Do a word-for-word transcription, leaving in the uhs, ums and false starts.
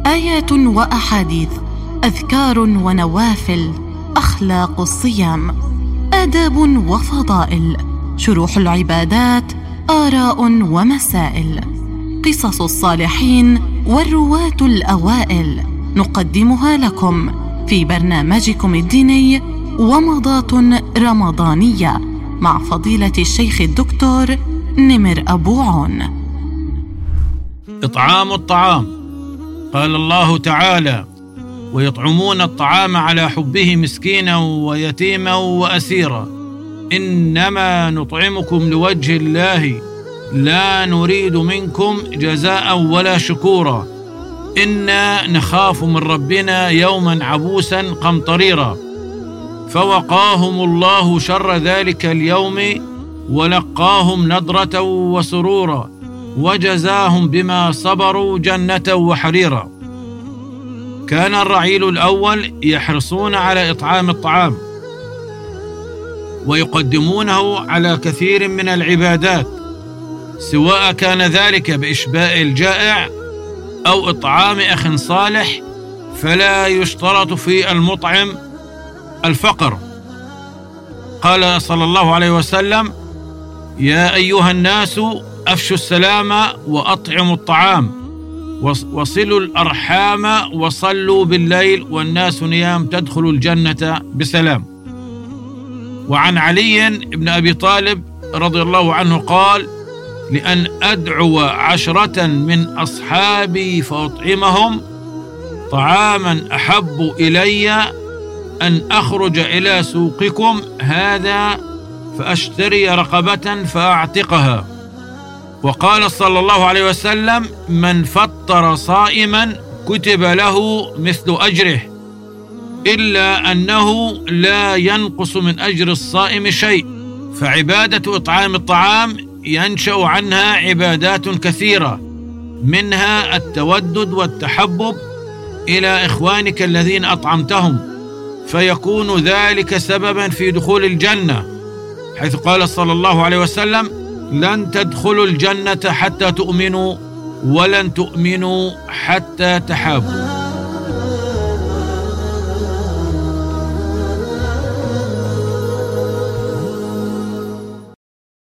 آيات وأحاديث، أذكار ونوافل، أخلاق الصيام، آداب وفضائل، شروح العبادات، آراء ومسائل، قصص الصالحين والرواة الأوائل، نقدمها لكم في برنامجكم الديني ومضات رمضانية مع فضيلة الشيخ الدكتور نمر أبو عون. إطعام الطعام. قال الله تعالى: ويطعمون الطعام على حبه مسكينا ويتيما وأسيرا إنما نطعمكم لوجه الله لا نريد منكم جزاء ولا شكورا إنا نخاف من ربنا يوما عبوسا قمطريرا فوقاهم الله شر ذلك اليوم ولقاهم نضرة وسرورا وجزاهم بما صبروا جنة وحريرا. كان الرعيل الأول يحرصون على إطعام الطعام ويقدمونه على كثير من العبادات، سواء كان ذلك بإشباع الجائع أو إطعام أخ صالح، فلا يشترط في المطعم الفقر. قال صلى الله عليه وسلم: يا أيها الناس أفشوا السلام وأطعموا الطعام وصلوا الأرحام وصلوا بالليل والناس نيام تدخلوا الجنة بسلام. وعن علي بن أبي طالب رضي الله عنه قال: لأن أدعو عشرة من أصحابي فأطعمهم طعاما أحب إلي أن أخرج إلى سوقكم هذا فأشتري رقبة فأعتقها. وقال صلى الله عليه وسلم: من فطر صائما كتب له مثل أجره إلا أنه لا ينقص من أجر الصائم شيء. فعبادة إطعام الطعام ينشأ عنها عبادات كثيرة، منها التودد والتحبب إلى إخوانك الذين أطعمتهم، فيكون ذلك سببا في دخول الجنة، حيث قال صلى الله عليه وسلم: لن تدخلوا الجنة حتى تؤمنوا ولن تؤمنوا حتى تحابوا.